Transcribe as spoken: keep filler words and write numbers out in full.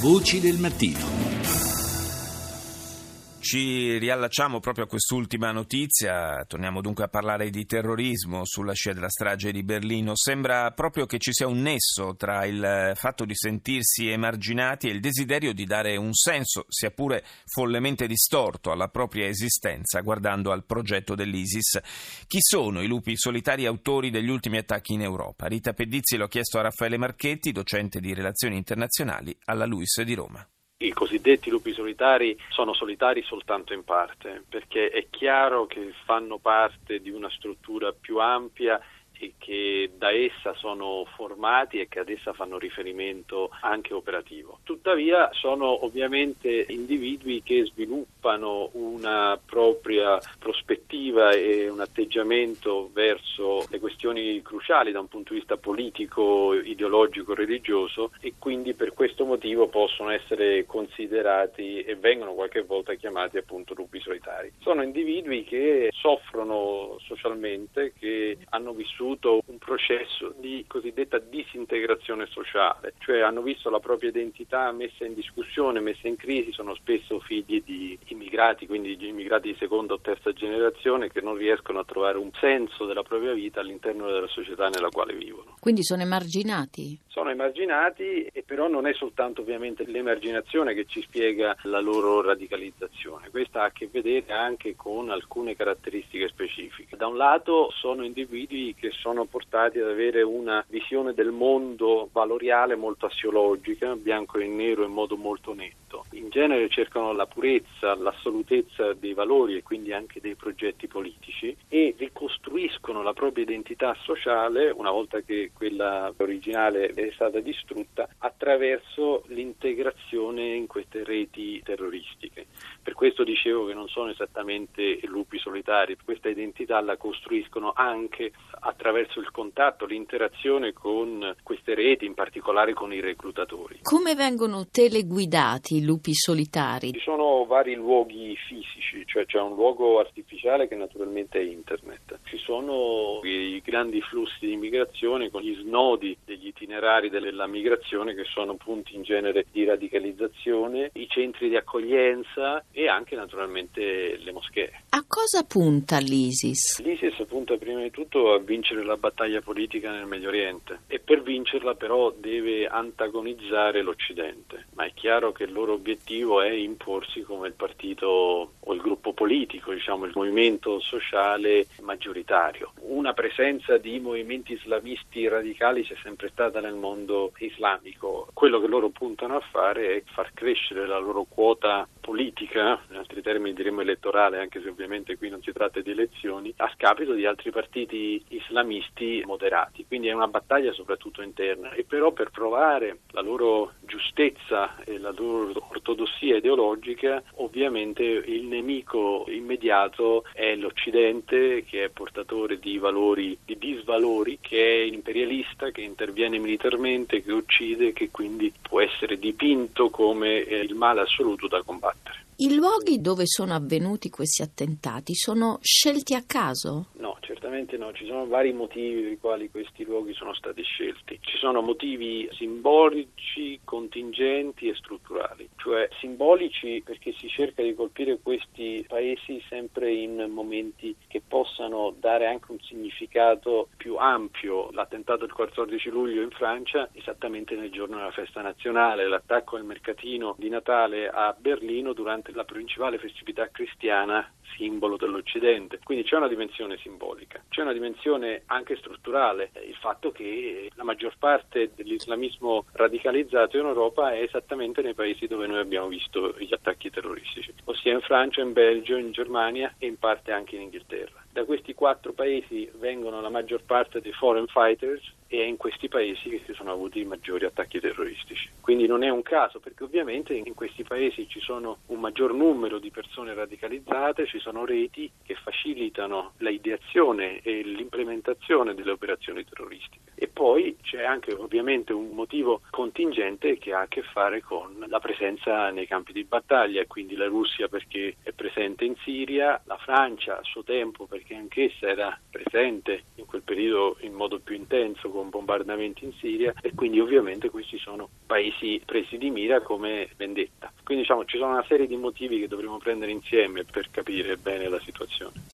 Voci del mattino. Ci riallacciamo proprio a quest'ultima notizia, torniamo dunque a parlare di terrorismo sulla scia della strage di Berlino. Sembra proprio che ci sia un nesso tra il fatto di sentirsi emarginati e il desiderio di dare un senso, sia pure follemente distorto, alla propria esistenza, guardando al progetto dell'ISIS. Chi sono i lupi solitari autori degli ultimi attacchi in Europa? Rita Pedizzi lo ha chiesto a Raffaele Marchetti, docente di relazioni internazionali alla LUISS di Roma. I cosiddetti lupi solitari sono solitari soltanto in parte, perché è chiaro che fanno parte di una struttura più ampia e che da essa sono formati e che ad essa fanno riferimento anche operativo. Tuttavia sono ovviamente individui che sviluppano una propria prospettiva e un atteggiamento verso le questioni cruciali da un punto di vista politico, ideologico, religioso, e quindi per questo motivo possono essere considerati e vengono qualche volta chiamati appunto lupi solitari. Sono individui che soffrono socialmente, che hanno vissuto un processo di cosiddetta disintegrazione sociale, cioè hanno visto la propria identità messa in discussione, messa in crisi, sono spesso figli di immigrati, quindi di immigrati di seconda o terza generazione che non riescono a trovare un senso della propria vita all'interno della società nella quale vivono. Quindi sono emarginati? Sono emarginati, e però non è soltanto ovviamente l'emarginazione che ci spiega la loro radicalizzazione. Questa ha a che vedere anche con alcune caratteristiche specifiche. Da un lato sono individui che sono portati ad avere una visione del mondo valoriale molto assiologica, bianco e nero in modo molto netto. In genere cercano la purezza, l'assolutezza dei valori e quindi anche dei progetti politici, e ricostruiscono la propria identità sociale, una volta che quella originale è stata distrutta, attraverso l'integrazione in queste reti terroristiche. Per questo dicevo che non sono esattamente lupi solitari, questa identità la costruiscono anche attraverso il contatto, l'interazione con queste reti, in particolare con i reclutatori. Come vengono teleguidati i lupi solitari? Ci sono vari luoghi fisici, cioè c'è un luogo artificiale che naturalmente è internet. Ci sono i grandi flussi di migrazione con gli snodi degli itinerari della migrazione, che sono punti in genere di radicalizzazione, i centri di accoglienza e anche naturalmente le moschee. A cosa punta l'ISIS? L'ISIS punta prima di tutto a vincere la battaglia politica nel Medio Oriente, e per vincerla però deve antagonizzare l'Occidente, ma è chiaro che il loro obiettivo è imporsi come il partito o il gruppo politico, diciamo il movimento sociale maggioritario. Una presenza di movimenti islamisti radicali c'è sempre stata nel mondo islamico. Quello che loro puntano a fare è far crescere la loro quota politica, in altri termini diremmo elettorale, anche se ovviamente qui non si tratta di elezioni, a scapito di altri partiti islamisti moderati. Quindi è una battaglia soprattutto interna, e però per provare la loro giustezza e la loro ortodossia ideologica, ovviamente il nemico immediato è l'Occidente, che è portatore di valori, di disvalori, che è imperialista, che interviene militarmente, che uccide, che quindi può essere dipinto come il male assoluto da combattere. I luoghi dove sono avvenuti questi attentati sono scelti a caso? No, certamente no. Ci sono vari motivi per i quali questi luoghi sono stati scelti. Ci sono motivi simbolici, contingenti e strutturali. Cioè simbolici perché si cerca di colpire questi paesi sempre in momenti che possano dare anche un significato più ampio. L'attentato del quattordici luglio in Francia, esattamente nel giorno della festa nazionale, l'attacco al mercatino di Natale a Berlino durante la principale festività cristiana, simbolo dell'Occidente. Quindi c'è una dimensione simbolica, c'è una dimensione anche strutturale, il fatto che la maggior parte dell'islamismo radicalizzato in Europa è esattamente nei paesi dove noi abbiamo visto gli attacchi terroristici, ossia in Francia, in Belgio, in Germania e in parte anche in Inghilterra. Da questi quattro paesi vengono la maggior parte dei foreign fighters, e è in questi paesi che si sono avuti i maggiori attacchi terroristici. Quindi non è un caso, perché ovviamente in questi paesi ci sono un maggior numero di persone radicalizzate, ci sono reti che facilitano l'ideazione e l'implementazione delle operazioni terroristiche. E poi c'è anche ovviamente un motivo contingente che ha a che fare con la presenza nei campi di battaglia, quindi la Russia perché è presente in Siria, la Francia a suo tempo perché anch'essa era presente in quel periodo in modo più intenso con bombardamenti in Siria, e quindi ovviamente questi sono paesi presi di mira come vendetta. Quindi diciamo ci sono una serie di motivi che dovremo prendere insieme per capire bene la situazione.